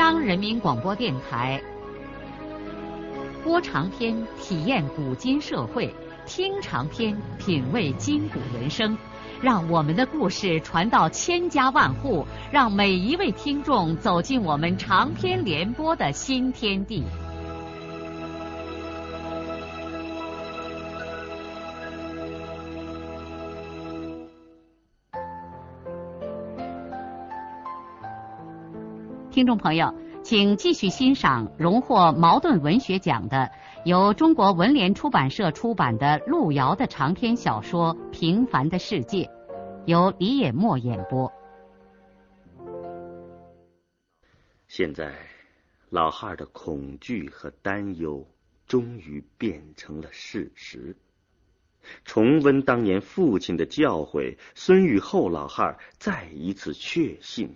央人民广播电台。播长篇，体验古今社会；听长篇，品味今古人生。让我们的故事传到千家万户，让每一位听众走进我们长篇联播的新天地。听众朋友，请继续欣赏荣获茅盾文学奖的由中国文联出版社出版的路遥的长篇小说《平凡的世界》，由李野墨演播。 现在老汉的恐惧和担忧终于变成了事实。重温当年父亲的教诲，孙玉厚老汉再一次确信，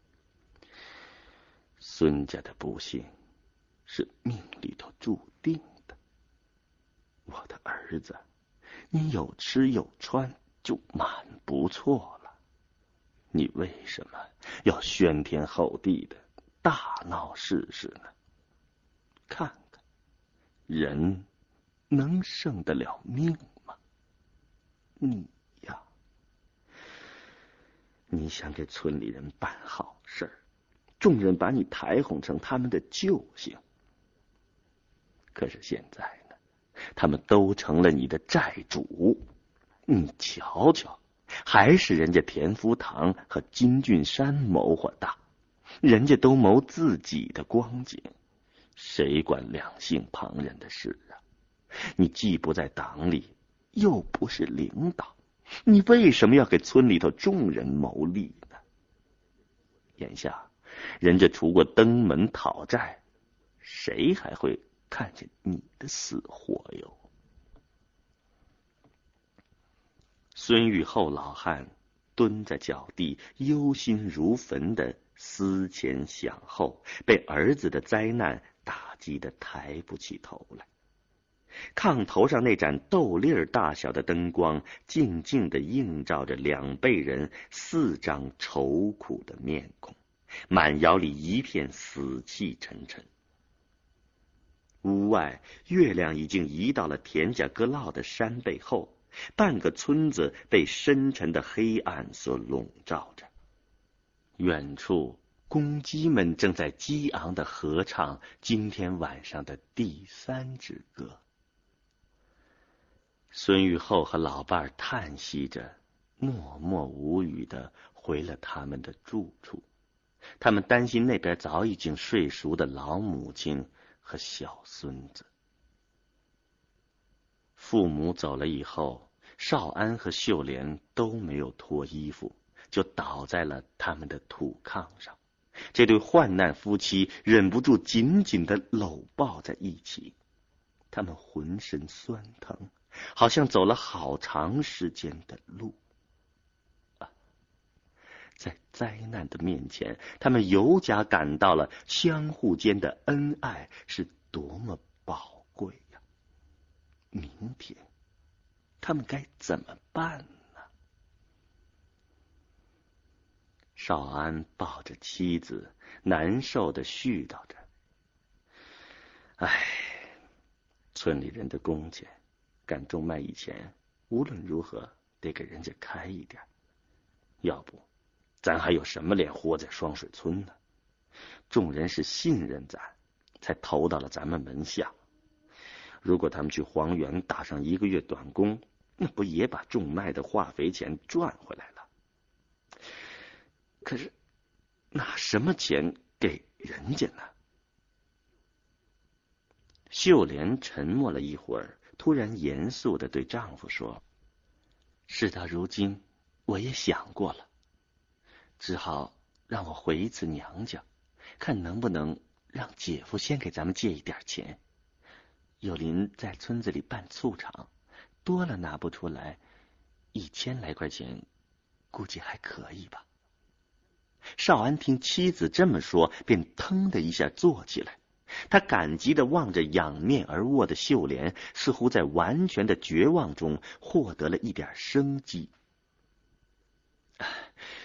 孙家的不幸是命里头注定的。我的儿子，你有吃有穿就蛮不错了，你为什么要喧天吼地的大闹试试呢？看看，人能胜得了命吗？你呀，你想给村里人办好事儿，众人把你抬哄成他们的救星，可是现在呢，他们都成了你的债主。你瞧瞧，还是人家田福堂和金俊山谋划大，人家都谋自己的光景，谁管两姓旁人的事啊？你既不在党里，又不是领导，你为什么要给村里头众人谋利呢？眼下人家除过登门讨债，谁还会看见你的死活哟？孙玉厚老汉蹲在脚地，忧心如焚的思前想后，被儿子的灾难打击得抬不起头来。炕头上那盏豆粒儿大小的灯光，静静地映照着两辈人4张愁苦的面孔，满窑里一片死气沉沉。屋外月亮已经移到了田家阁老的山背后，半个村子被深沉的黑暗所笼罩着。远处公鸡们正在激昂地合唱今天晚上的第3支歌。孙玉厚和老伴儿叹息着，默默无语地回了他们的住处。他们担心那边早已经睡熟的老母亲和小孙子。父母走了以后，少安和秀莲都没有脱衣服，就倒在了他们的土炕上。这对患难夫妻忍不住紧紧地搂抱在一起，他们浑身酸疼，好像走了好长时间的路。在灾难的面前，他们尤加感到了相互间的恩爱是多么宝贵呀！明天他们该怎么办呢？少安抱着妻子，难受地絮叨着：村里人的工钱赶种麦以前，无论如何得给人家开一点，要不咱还有什么脸活在双水村呢？众人是信任咱，才投到了咱们门下。如果他们去黄原打上1个月短工，那不也把种麦的化肥钱赚回来了？可是拿什么钱给人家呢？秀莲沉默了一会儿，突然严肃地对丈夫说：事到如今，我也想过了，只好让我回一次娘家，看能不能让姐夫先给咱们借一点钱。有邻在村子里办醋厂，多了拿不出来，1000来块钱，估计还可以吧。少安听妻子这么说，便腾的一下坐起来，他感激地望着仰面而卧的秀莲，似乎在完全的绝望中获得了一点生机。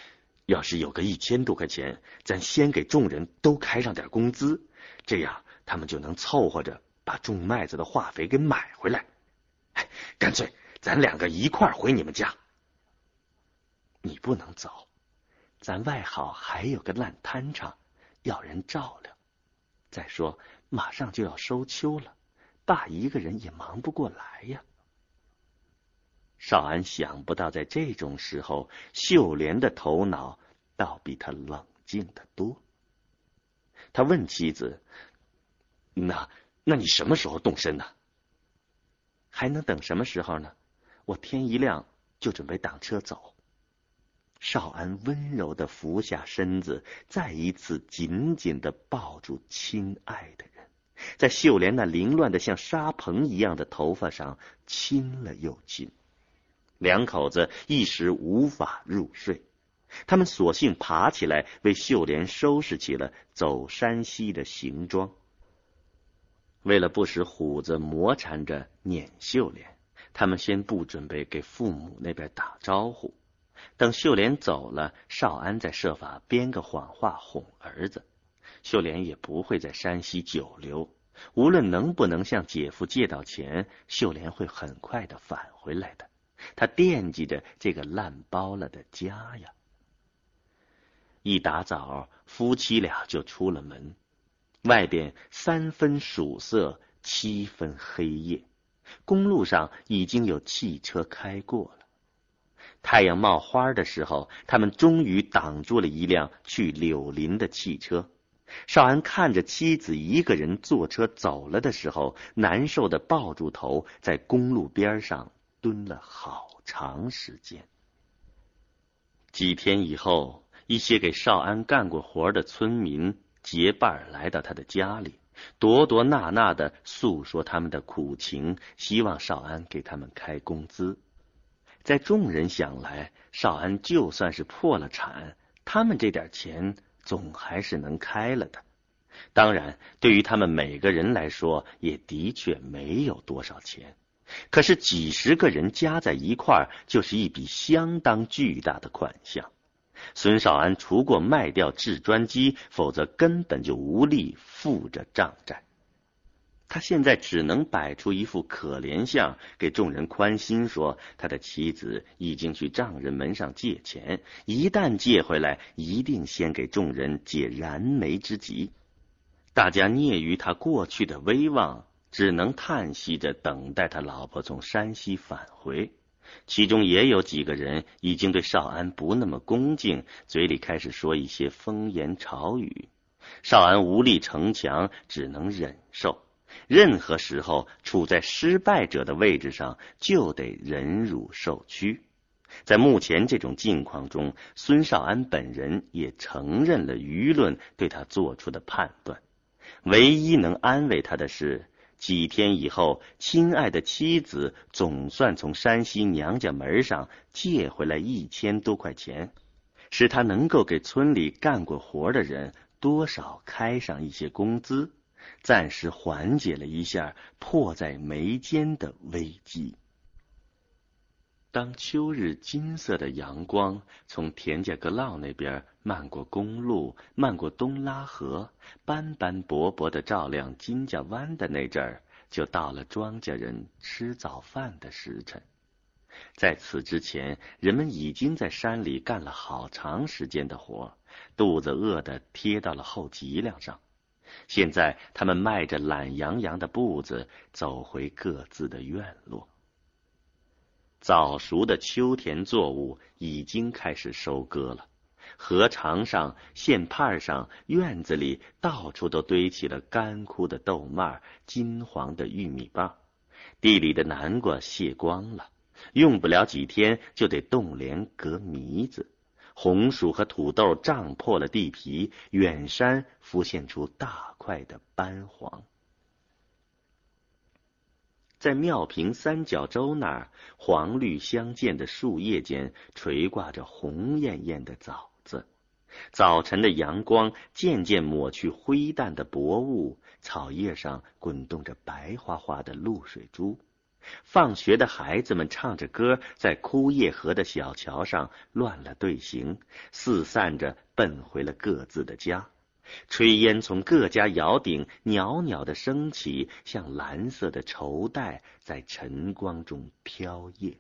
要是有个1000多块钱，咱先给众人都开上点工资，这样他们就能凑合着把种麦子的化肥给买回来。干脆咱2个一块回你们家。你不能走，咱外好还有个烂摊场，要人照料。再说马上就要收秋了，爸一个人也忙不过来呀。少安想不到在这种时候，秀莲的头脑倒比他冷静得多。他问妻子：那你什么时候动身呢？还能等什么时候呢？我天一亮就准备挡车走。少安温柔地俯下身子，再一次紧紧地抱住亲爱的人，在秀莲那凌乱的像纱棚一样的头发上亲了又亲。两口子一时无法入睡，他们索性爬起来为秀莲收拾起了走山西的行装。为了不使虎子磨缠着撵秀莲，他们先不准备给父母那边打招呼。等秀莲走了，少安再设法编个谎话哄儿子。秀莲也不会在山西久留，无论能不能向姐夫借到钱，秀莲会很快的返回来的。他惦记着这个烂包了的家呀。一大早，夫妻俩就出了门。外边3分曙色，7分黑夜，公路上已经有汽车开过了。太阳冒花的时候，他们终于挡住了一辆去柳林的汽车。少安看着妻子一个人坐车走了的时候，难受地抱住头，在公路边上蹲了好长时间。几天以后，一些给少安干过活的村民结伴来到他的家里，咄咄纳纳地诉说他们的苦情，希望少安给他们开工资。在众人想来，少安就算是破了产，他们这点钱总还是能开了的。当然，对于他们每个人来说，也的确没有多少钱。可是几十个人加在一块儿，就是一笔相当巨大的款项。孙少安除过卖掉制砖机，否则根本就无力付着账债。他现在只能摆出一副可怜相，给众人宽心说他的妻子已经去丈人门上借钱，一旦借回来，一定先给众人解燃眉之急。大家蹑于他过去的威望，只能叹息着等待他老婆从山西返回。其中也有几个人已经对少安不那么恭敬，嘴里开始说一些风言潮语。少安无力逞强，只能忍受。任何时候处在失败者的位置上，就得忍辱受屈。在目前这种境况中，孙少安本人也承认了舆论对他做出的判断。唯一能安慰他的是，几天以后，亲爱的妻子总算从山西娘家门上借回来1000多块钱，使他能够给村里干过活的人多少开上一些工资，暂时缓解了一下迫在眉间的危机。当秋日金色的阳光从田家阁涝那边漫过公路，漫过东拉河，斑斑驳驳地照亮金家湾的那阵儿，就到了庄稼人吃早饭的时辰。在此之前，人们已经在山里干了好长时间的活，肚子饿得贴到了后脊梁上。现在他们迈着懒洋洋的步子走回各自的院落。早熟的秋田作物已经开始收割了，河场上、线畔上、院子里到处都堆起了干枯的豆蔓、金黄的玉米棒。地里的南瓜卸光了，用不了几天就得冻莲割糜子。红薯和土豆胀破了地皮，远山浮现出大块的斑黄。在庙坪三角洲那儿，黄绿相间的树叶间垂挂着红艳艳的枣子。早晨的阳光渐渐抹去灰淡的薄雾，草叶上滚动着白花花的露水珠。 放学的孩子们唱着歌，在枯叶河的小桥上乱了队形，四散着奔回了各自的家。炊烟从各家窑顶袅袅地升起，像蓝色的绸带在晨光中飘曳。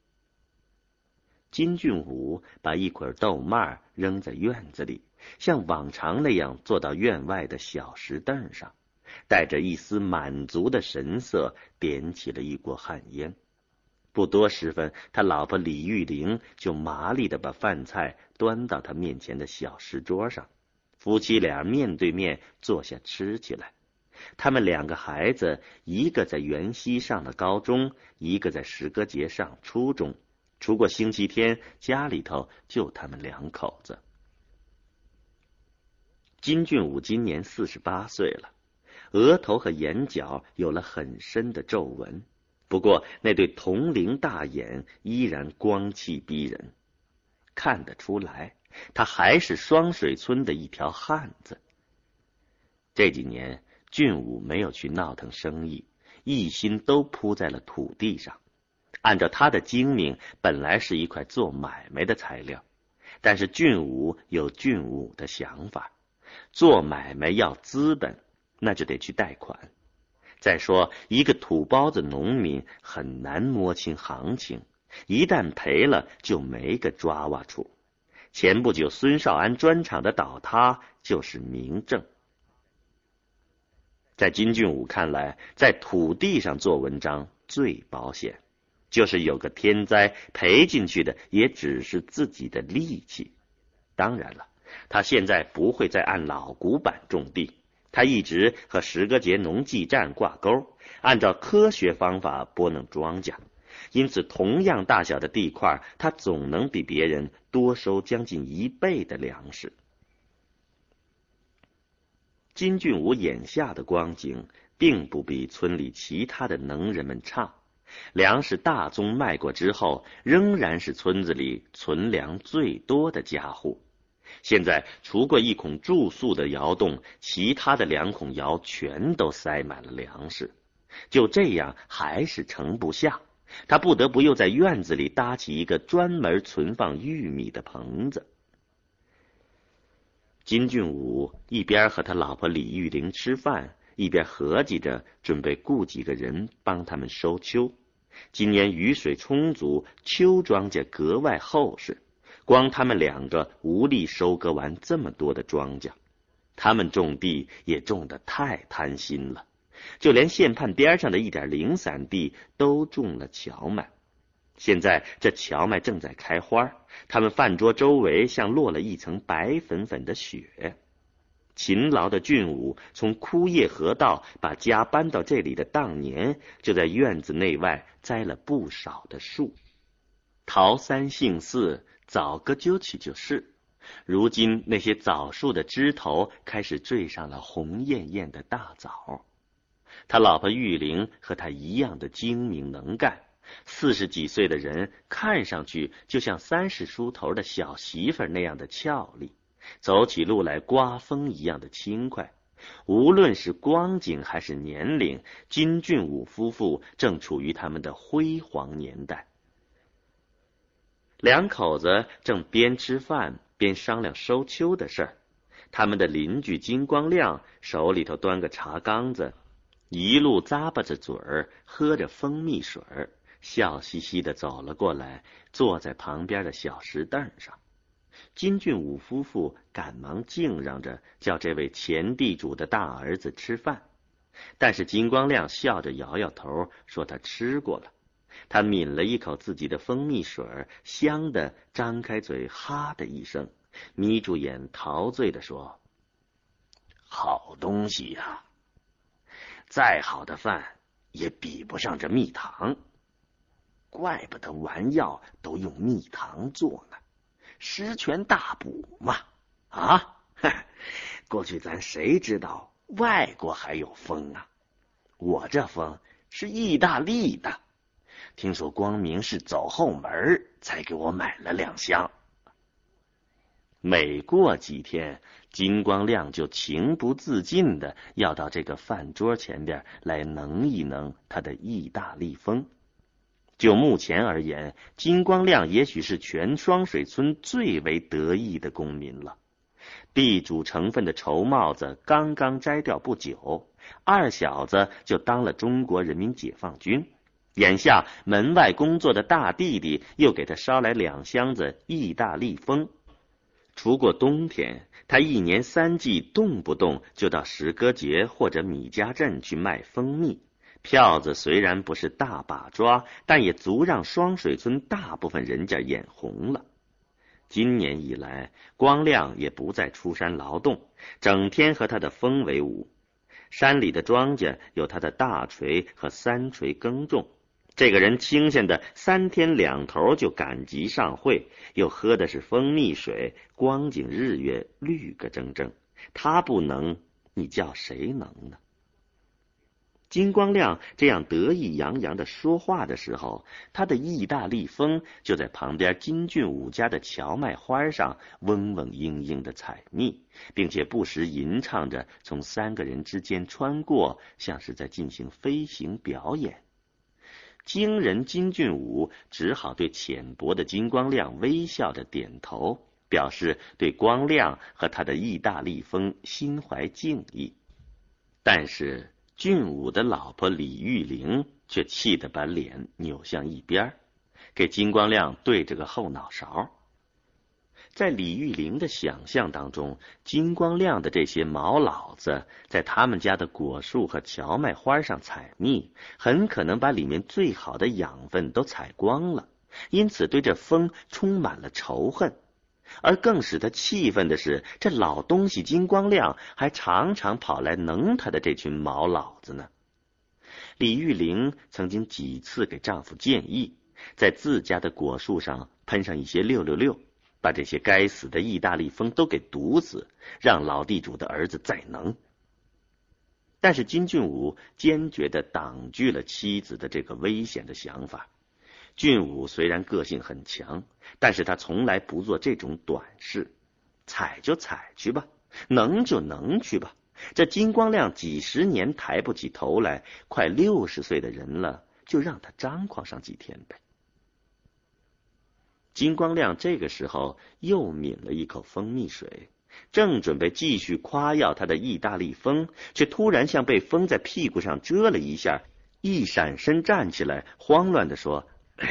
金俊武把一捆豆蔓扔在院子里，像往常那样坐到院外的小石凳上，带着一丝满足的神色点起了一锅旱烟。不多时分，他老婆李玉玲就麻利地把饭菜端到他面前的小石桌上，夫妻俩面对面坐下吃起来。他们两个孩子，一个在元溪上了高中，一个在石歌节上初中，除过星期天，家里头就他们两口子。金俊武今年48岁了，额头和眼角有了很深的皱纹，不过那对铜铃大眼依然光气逼人，看得出来他还是双水村的一条汉子。这几年俊武没有去闹腾生意，一心都扑在了土地上。按照他的精明，本来是一块做买卖的材料，但是俊武有俊武的想法，做买卖要资本，那就得去贷款。再说一个土包子农民很难摸清行情，一旦赔了就没个抓挖处。前不久孙少安砖厂的倒塌就是明证。在金俊武看来，在土地上做文章最保险，就是有个天灾，赔进去的也只是自己的力气。当然了，他现在不会再按老古板种地，他一直和石歌节农技站挂钩，按照科学方法播弄庄稼，因此同样大小的地块，他总能比别人多收将近1倍的粮食。金俊武眼下的光景并不比村里其他的能人们差，粮食大宗卖过之后，仍然是村子里存粮最多的家户。现在除过一孔住宿的窑洞，其他的2孔窑全都塞满了粮食。就这样还是盛不下，他不得不又在院子里搭起一个专门存放玉米的棚子。金俊武一边和他老婆李玉玲吃饭，一边合计着准备雇几个人帮他们收秋。今年雨水充足，秋庄稼格外厚实，光他们2个无力收割完这么多的庄稼。他们种地也种得太贪心了，就连县畔边上的一点零散地都种了荞麦。现在这荞麦正在开花，他们饭桌周围像落了一层白粉粉的雪。勤劳的俊武从枯叶河道把家搬到这里的当年，就在院子内外栽了不少的树，桃3杏4，早个揪起就是。如今那些枣树的枝头开始缀上了红艳艳的大枣。他老婆玉玲和他一样的精明能干，40几岁的人看上去就像30出头的小媳妇那样的俏丽，走起路来刮风一样的轻快。无论是光景还是年龄，金俊武夫妇正处于他们的辉煌年代。2口子正边吃饭边商量收秋的事儿。他们的邻居金光亮手里头端个茶缸子，一路咂巴着嘴儿，喝着蜂蜜水，笑嘻嘻地走了过来，坐在旁边的小石凳上。金俊武夫妇赶忙敬让着，叫这位前地主的大儿子吃饭。但是金光亮笑着摇摇头，说他吃过了。他抿了一口自己的蜂蜜水，香的张开嘴，哈的一声，眯住眼陶醉地说：好东西呀，再好的饭也比不上这蜜糖，怪不得丸药都用蜜糖做呢，十全大补嘛！啊，过去咱谁知道外国还有蜂啊？我这蜂是意大利的，听说光明是走后门才给我买了2箱。 每过几天，金光亮就情不自禁的要到这个饭桌前边来能一能他的意大利风。就目前而言，金光亮也许是全双水村最为得意的公民了。地主成分的绸帽子刚刚摘掉不久，二小子就当了中国人民解放军。眼下门外工作的大弟弟又给他捎来2箱子意大利风。除过冬天，他一年3季动不动就到石歌节或者米家镇去卖蜂蜜。票子虽然不是大把抓，但也足让双水村大部分人家眼红了。今年以来，光亮也不再出山劳动，整天和他的风为伍。山里的庄稼有他的大锤和3锤耕种，这个人清闲的3天2头就赶集上会，又喝的是蜂蜜水，光景日月绿个铮铮。他不能，你叫谁能呢？金光亮这样得意洋洋的说话的时候，他的意大利风就在旁边金俊武家的荞麦花上嗡嗡嘤嘤的采蜜，并且不时吟唱着从3个人之间穿过，像是在进行飞行表演。惊人金俊武只好对浅薄的金光亮微笑着点头，表示对光亮和他的意大利风心怀敬意。但是俊武的老婆李玉玲却气得把脸扭向一边，给金光亮对着个后脑勺。在李玉玲的想象当中，金光亮的这些毛老子在他们家的果树和荞麦花上采蜜，很可能把里面最好的养分都采光了，因此对这风充满了仇恨。而更使他气愤的是，这老东西金光亮还常常跑来能他的这群毛老子呢。李玉玲曾经几次给丈夫建议，在自家的果树上喷上一些666，把这些该死的意大利风都给毒死，让老地主的儿子再能。但是金俊武坚决地挡拒了妻子的这个危险的想法。俊武虽然个性很强，但是他从来不做这种短事，采就采去吧，能就能去吧。这金光亮几十年抬不起头来，快60岁的人了，就让他张狂上几天呗。金光亮这个时候又抿了一口蜂蜜水，正准备继续夸耀他的意大利风，却突然像被风在屁股上蛰了一下，一闪身站起来，慌乱地说：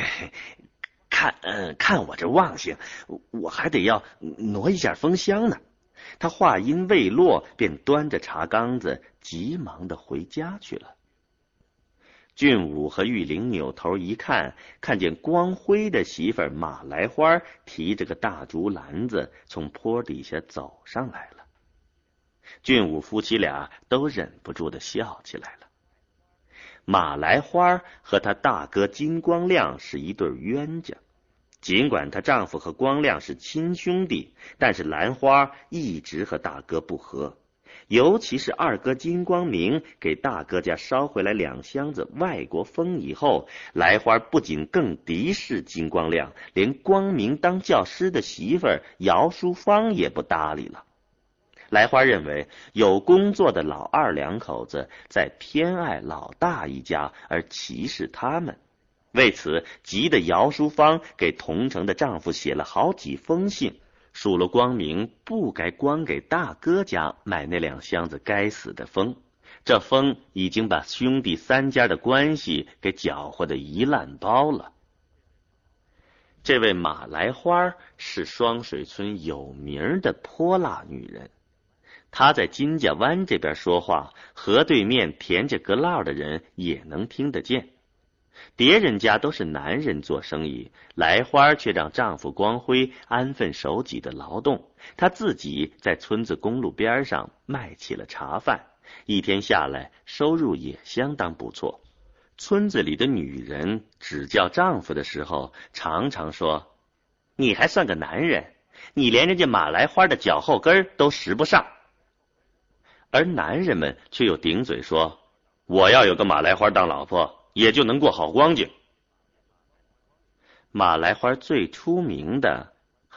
看我这忘性，我还得要挪一下风箱呢。他话音未落，便端着茶缸子急忙地回家去了。俊武和玉玲扭头一看，看见光辉的媳妇马来花提着个大竹篮子从坡底下走上来了。俊武夫妻俩都忍不住地笑起来了。马来花和她大哥金光亮是一对冤家，尽管她丈夫和光亮是亲兄弟，但是兰花一直和大哥不和，尤其是二哥金光明给大哥家捎回来2箱子外国风以后，来花不仅更敌视金光亮，连光明当教师的媳妇姚淑芳也不搭理了。来花认为有工作的老2两口子在偏爱老大一家而歧视他们，为此急得姚淑芳给同城的丈夫写了好几封信，数落光明不该光给大哥家买那2箱子该死的风，这风已经把兄弟3家的关系给搅和得一烂包了。这位马来花是双水村有名的泼辣女人，她在金家湾这边说话，河对面田家阁烙的人也能听得见。别人家都是男人做生意，来花却让丈夫光辉安分守己的劳动，她自己在村子公路边上卖起了茶饭，一天下来收入也相当不错。村子里的女人指教丈夫的时候，常常说：你还算个男人，你连人家马来花的脚后跟都拾不上。而男人们却又顶嘴说：我要有个马来花当老婆，也就能过好光景。马来花最出名的还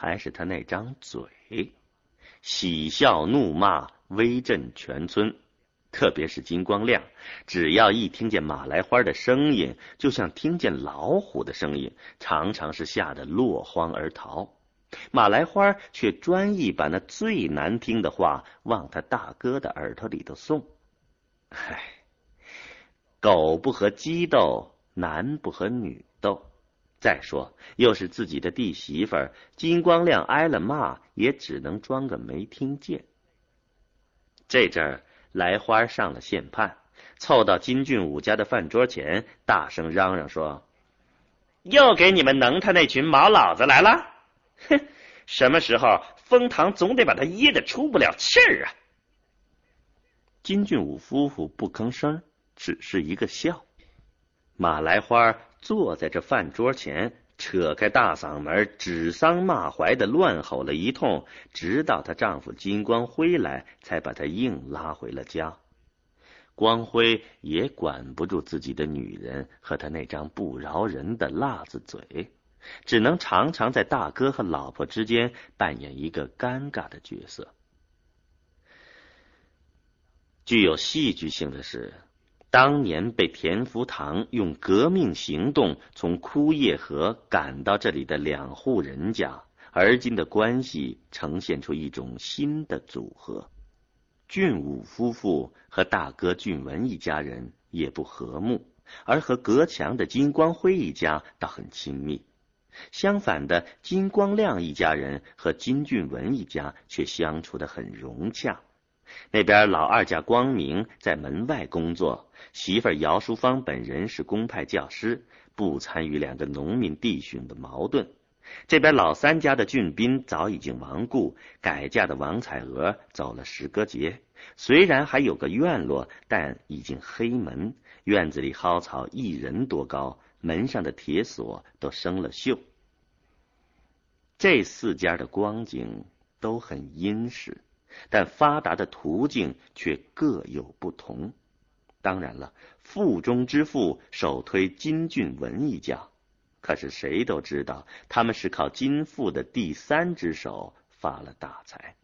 还是他那张嘴，喜笑怒骂，威震全村。特别是金光亮，只要一听见马来花的声音，就像听见老虎的声音，常常是吓得落荒而逃。马来花却专意把那最难听的话往他大哥的耳朵里头送。唉，狗不和鸡斗，男不和女斗。再说，又是自己的弟媳妇儿，金光亮挨了骂，也只能装个没听见。这阵儿，来花上了县判，凑到金俊武家的饭桌前，大声嚷嚷说：“又给你们弄他那群毛老子来了！哼，什么时候封堂总得把他噎得出不了气儿啊！”金俊武夫妇不吭声，只是一个笑。马来花坐在这饭桌前，扯开大嗓门，指桑骂槐的乱吼了一通，直到她丈夫金光辉来，才把她硬拉回了家。光辉也管不住自己的女人和他那张不饶人的辣子嘴，只能常常在大哥和老婆之间扮演一个尴尬的角色。具有戏剧性的是，当年被田福堂用革命行动从枯叶河赶到这里的两户人家，而今的关系呈现出一种新的组合。俊武夫妇和大哥俊文一家人也不和睦，而和隔墙的金光辉一家倒很亲密。相反的，金光亮一家人和金俊文一家却相处得很融洽。那边老二家光明在门外工作，媳妇姚淑芳本人是公派教师，不参与两个农民弟兄的矛盾。这边老三家的俊斌早已经亡故，改嫁的王彩娥走了石歌节，虽然还有个院落，但已经黑门，院子里蒿草1人多高，门上的铁锁都生了锈。这4家的光景都很殷实，但发达的途径却各有不同。当然了，富中之富首推金俊文一家，可是谁都知道，他们是靠金富的第3只手发了大财。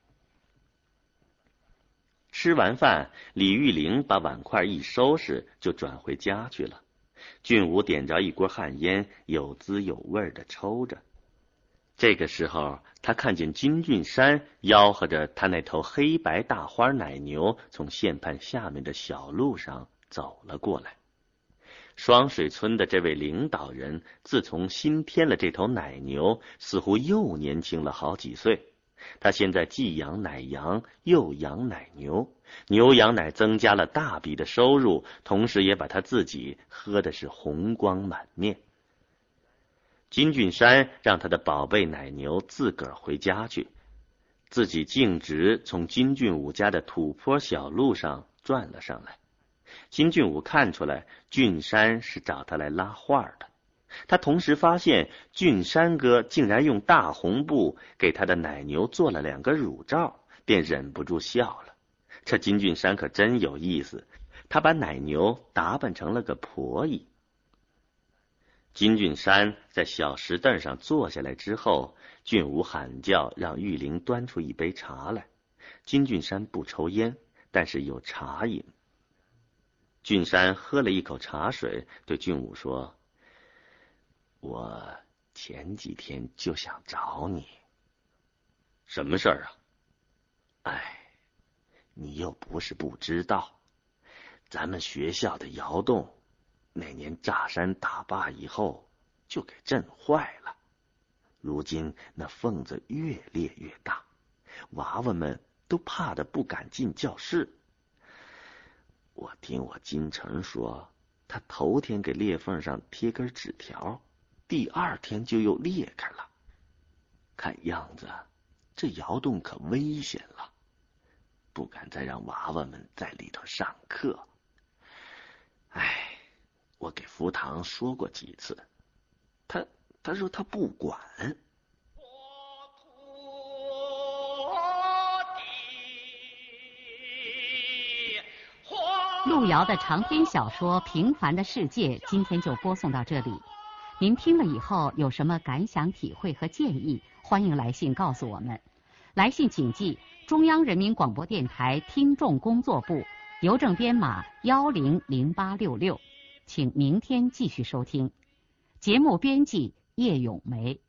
吃完饭，李玉玲把碗筷一收拾，就转回家去了。俊武点着一锅旱烟，有滋有味的抽着。这个时候，他看见金俊山吆喝着他那头黑白大花奶牛从县畔下面的小路上走了过来。双水村的这位领导人自从新添了这头奶牛，似乎又年轻了好几岁。他现在既养奶羊，又养奶牛，牛羊奶增加了大笔的收入，同时也把他自己喝的是红光满面。金俊山让他的宝贝奶牛自个儿回家去，自己径直从金俊武家的土坡小路上转了上来。金俊武看出来俊山是找他来拉话的，他同时发现俊山哥竟然用大红布给他的奶牛做了2个乳罩，便忍不住笑了。这金俊山可真有意思，他把奶牛打扮成了个婆姨。金俊山在小石凳上坐下来之后，俊武喊叫让玉玲端出一杯茶来。金俊山不抽烟，但是有茶饮。俊山喝了一口茶水，对俊武说：“我前几天就想找你。”“什么事儿啊？”“哎，你又不是不知道，咱们学校的窑洞那年炸山打坝以后就给震坏了，如今那缝子越裂越大，娃娃们都怕得不敢进教室。我听我金成说，他头天给裂缝上贴根纸条，第2天就又裂开了。看样子这窑洞可危险了，不敢再让娃娃们在里头上课。哎，我给福堂说过几次，他说他不管。” 路遥的长篇小说《平凡的世界》今天就播送到这里。 您听了以后有什么感想、体会和建议，欢迎来信告诉我们。来信请寄中央人民广播电台听众工作部，邮政编码100866，请明天继续收听。节目编辑叶咏梅。